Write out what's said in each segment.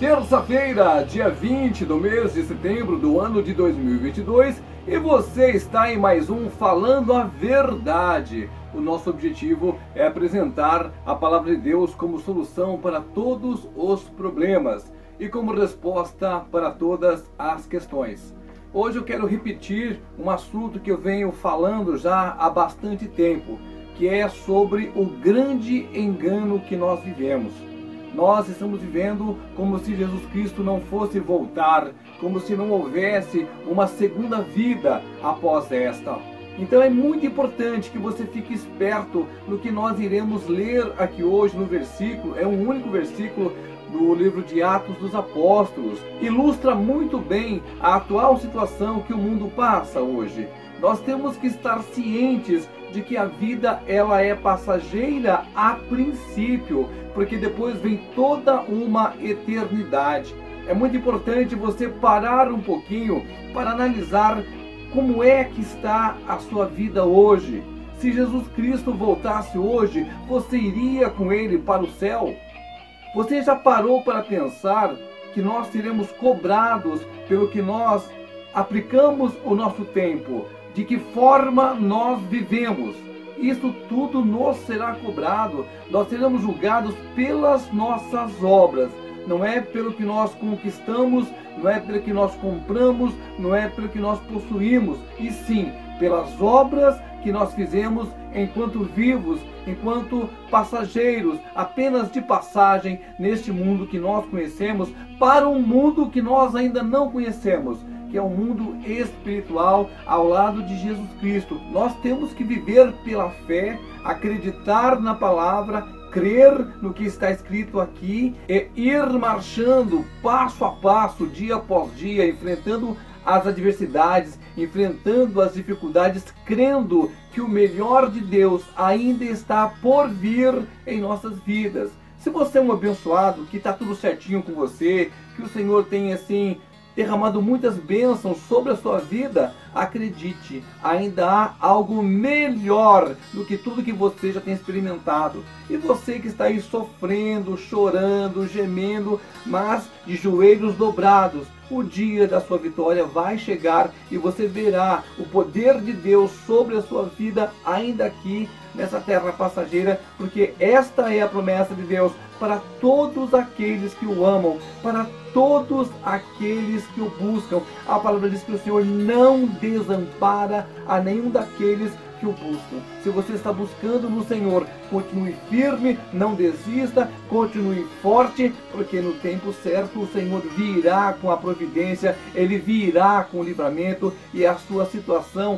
Terça-feira, dia 20 do mês de setembro do ano de 2022, e você está em mais um Falando a Verdade. O nosso objetivo é apresentar a palavra de Deus como solução para todos os problemas e como resposta para todas as questões. Hoje eu quero repetir um assunto que eu venho falando já há bastante tempo, que é sobre o grande engano que nós vivemos. Nós estamos vivendo como se Jesus Cristo não fosse voltar, como se não houvesse uma segunda vida após esta. Então é muito importante que você fique esperto no que nós iremos ler aqui hoje no versículo. É um único versículo do livro de Atos dos Apóstolos. Ilustra muito bem a atual situação que o mundo passa hoje. Nós temos que estar cientes de que a vida ela é passageira a princípio, porque depois vem toda uma eternidade. É muito importante você parar um pouquinho para analisar como é que está a sua vida hoje. Se Jesus Cristo voltasse hoje, você iria com ele para o céu? Você já parou para pensar que nós seremos cobrados pelo que nós aplicamos o nosso tempo? De que forma nós vivemos? Isso tudo nos será cobrado. Nós seremos julgados pelas nossas obras. Não é pelo que nós conquistamos, não é pelo que nós compramos, não é pelo que nós possuímos, e sim pelas obras que nós fizemos enquanto vivos, enquanto passageiros, apenas de passagem neste mundo que nós conhecemos, para um mundo que nós ainda não conhecemos, que é um mundo espiritual ao lado de Jesus Cristo. Nós temos que viver pela fé, acreditar na palavra, crer no que está escrito aqui e ir marchando passo a passo, dia após dia, enfrentando as adversidades, enfrentando as dificuldades, crendo que o melhor de Deus ainda está por vir em nossas vidas. Se você é um abençoado, que está tudo certinho com você, que o Senhor tem assim derramado muitas bênçãos sobre a sua vida, acredite, ainda há algo melhor do que tudo que você já tem experimentado. E você que está aí sofrendo, chorando, gemendo, mas de joelhos dobrados, o dia da sua vitória vai chegar e você verá o poder de Deus sobre a sua vida ainda aqui nessa terra passageira, porque esta é a promessa de Deus para todos aqueles que o amam, para todos aqueles que o buscam. A palavra diz que o Senhor não desampara a nenhum daqueles que o buscam. Se você está buscando no Senhor, continue firme, não desista, continue forte, porque no tempo certo o Senhor virá com a providência, Ele virá com o livramento e a sua situação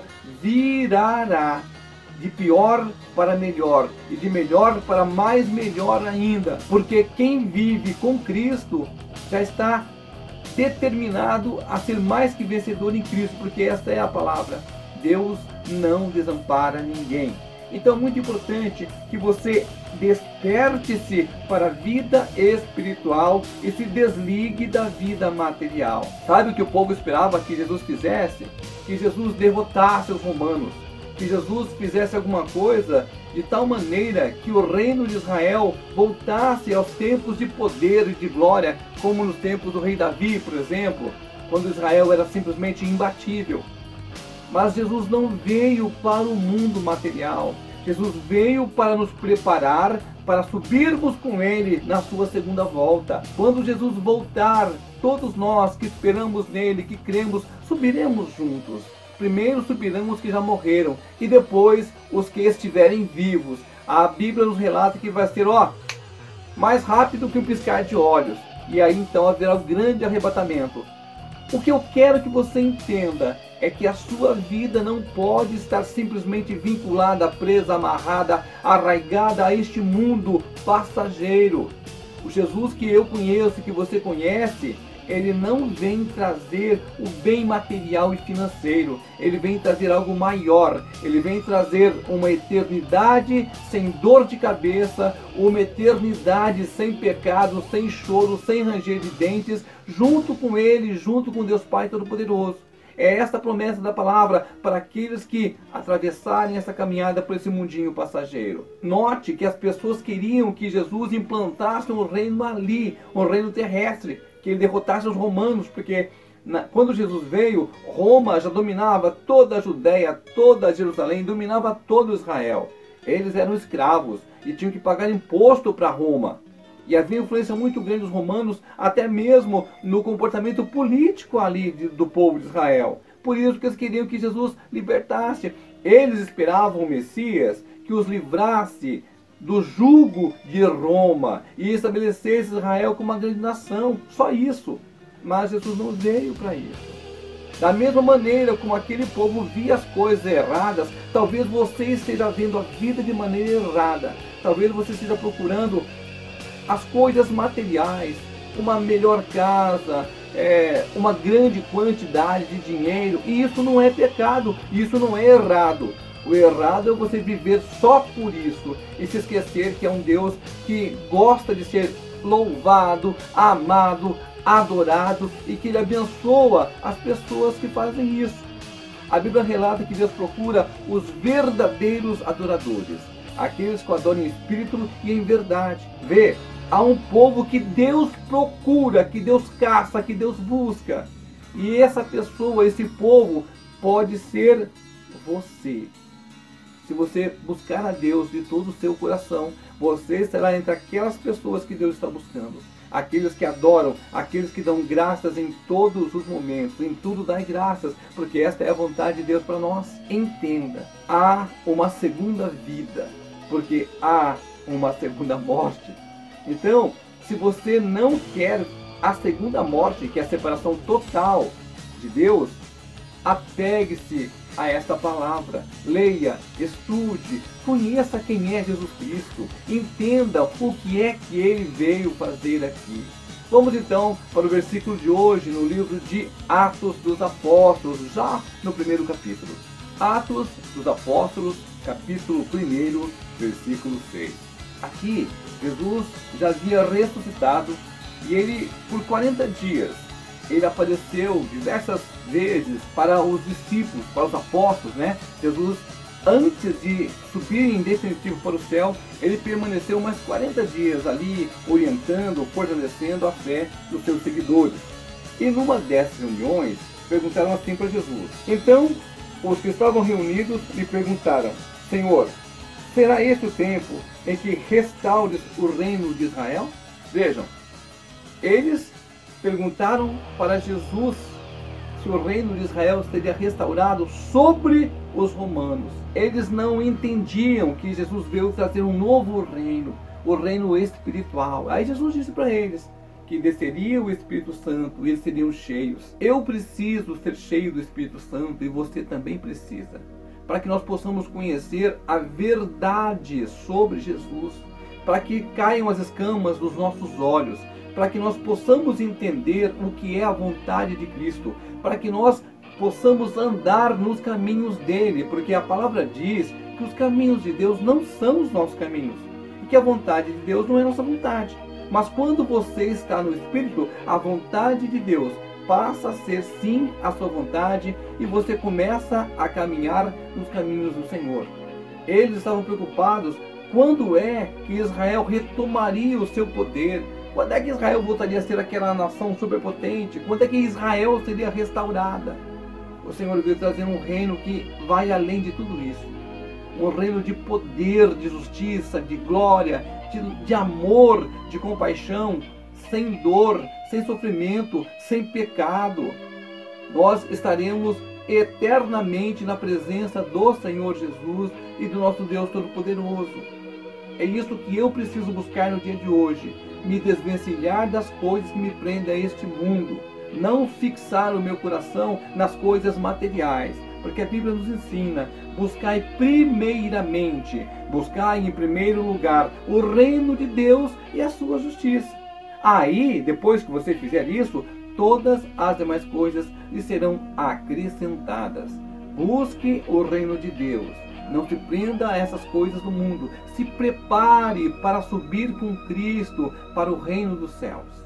virará de pior para melhor e de melhor para mais melhor ainda, porque quem vive com Cristo já está determinado a ser mais que vencedor em Cristo, porque esta é a palavra. Deus não desampara ninguém. Então é muito importante que você desperte-se para a vida espiritual e se desligue da vida material. Sabe o que o povo esperava que Jesus fizesse? Que Jesus derrotasse os romanos, que Jesus fizesse alguma coisa de tal maneira que o reino de Israel voltasse aos tempos de poder e de glória, como nos tempos do rei Davi, por exemplo, quando Israel era simplesmente imbatível. Mas Jesus não veio para o mundo material. Jesus veio para nos preparar para subirmos com Ele na sua segunda volta. Quando Jesus voltar, todos nós que esperamos nele, que cremos, subiremos juntos. Primeiro subirão os que já morreram e depois os que estiverem vivos. A Bíblia nos relata que vai ser mais rápido que um piscar de olhos. E aí então haverá o grande arrebatamento. O que eu quero que você entenda é que a sua vida não pode estar simplesmente vinculada, presa, amarrada, arraigada a este mundo passageiro. O Jesus que eu conheço, que você conhece, ele não vem trazer o bem material e financeiro. Ele vem trazer algo maior. Ele vem trazer uma eternidade sem dor de cabeça, uma eternidade sem pecado, sem choro, sem ranger de dentes, junto com ele, junto com Deus Pai Todo-Poderoso. É esta a promessa da palavra para aqueles que atravessarem essa caminhada por esse mundinho passageiro. Note que as pessoas queriam que Jesus implantasse um reino ali, um reino terrestre. que ele derrotasse os romanos, porque quando Jesus veio, Roma já dominava toda a Judéia, toda Jerusalém, dominava todo Israel. Eles eram escravos e tinham que pagar imposto para Roma. E havia influência muito grande dos romanos, até mesmo no comportamento político ali do povo de Israel. Por isso que eles queriam que Jesus libertasse. Eles esperavam o Messias que os livrasse do jugo de Roma e estabelecesse Israel como uma grande nação. Só isso. Mas Jesus não veio para isso. Da mesma maneira como aquele povo via as coisas erradas, talvez você esteja vendo a vida de maneira errada. Talvez você esteja procurando as coisas materiais, uma melhor casa, uma grande quantidade de dinheiro. E isso não é pecado, isso não é errado. O errado é você viver só por isso e se esquecer que é um Deus que gosta de ser louvado, amado, adorado e que Ele abençoa as pessoas que fazem isso. A Bíblia relata que Deus procura os verdadeiros adoradores, aqueles que o adoram em espírito e em verdade. Vê, há um povo que Deus procura, que Deus caça, que Deus busca. E essa pessoa, esse povo, pode ser você. Se você buscar a Deus de todo o seu coração, você estará entre aquelas pessoas que Deus está buscando. Aqueles que adoram, aqueles que dão graças em todos os momentos, em tudo dai graças, porque esta é a vontade de Deus para nós. Entenda, há uma segunda vida, porque há uma segunda morte. Então, se você não quer a segunda morte, que é a separação total de Deus, apegue-se a esta palavra, leia, estude, conheça quem é Jesus Cristo, entenda o que é que Ele veio fazer aqui. Vamos então para o versículo de hoje, no livro de Atos dos Apóstolos, já no primeiro capítulo. Atos dos Apóstolos, capítulo 1, versículo 6. Aqui, Jesus já havia ressuscitado e Ele, por 40 dias, Ele apareceu diversas vezes para os discípulos, para os apóstolos, né? Jesus, antes de subir em definitivo para o céu, Ele permaneceu mais 40 dias ali, orientando, fortalecendo a fé dos seus seguidores. E numa dessas reuniões, perguntaram assim para Jesus. Então, os que estavam reunidos lhe perguntaram: Senhor, será esse o tempo em que restaures o reino de Israel? Vejam, eles perguntaram para Jesus se o reino de Israel seria restaurado sobre os romanos. Eles não entendiam que Jesus veio trazer um novo reino, o reino espiritual. Aí Jesus disse para eles que desceria o Espírito Santo e eles seriam cheios. Eu preciso ser cheio do Espírito Santo e você também precisa, para que nós possamos conhecer a verdade sobre Jesus, para que caiam as escamas dos nossos olhos, para que nós possamos entender o que é a vontade de Cristo, para que nós possamos andar nos caminhos dele, porque a palavra diz que os caminhos de Deus não são os nossos caminhos, e que a vontade de Deus não é nossa vontade. Mas quando você está no Espírito, a vontade de Deus passa a ser sim a sua vontade e você começa a caminhar nos caminhos do Senhor. Eles estavam preocupados quando é que Israel retomaria o seu poder, quando é que Israel voltaria a ser aquela nação superpotente, quando é que Israel seria restaurada. O Senhor veio trazer um reino que vai além de tudo isso, um reino de poder, de justiça, de glória, de amor, de compaixão, sem dor, sem sofrimento, sem pecado. Nós estaremos eternamente na presença do Senhor Jesus e do nosso Deus Todo-Poderoso. É isso que eu preciso buscar no dia de hoje, me desvencilhar das coisas que me prendem a este mundo, não fixar o meu coração nas coisas materiais, porque a Bíblia nos ensina: buscai primeiramente, buscai em primeiro lugar o reino de Deus e a sua justiça. Aí, depois que você fizer isso, todas as demais coisas lhe serão acrescentadas. Busque o reino de Deus. Não se prenda a essas coisas do mundo. Se prepare para subir com Cristo para o reino dos céus.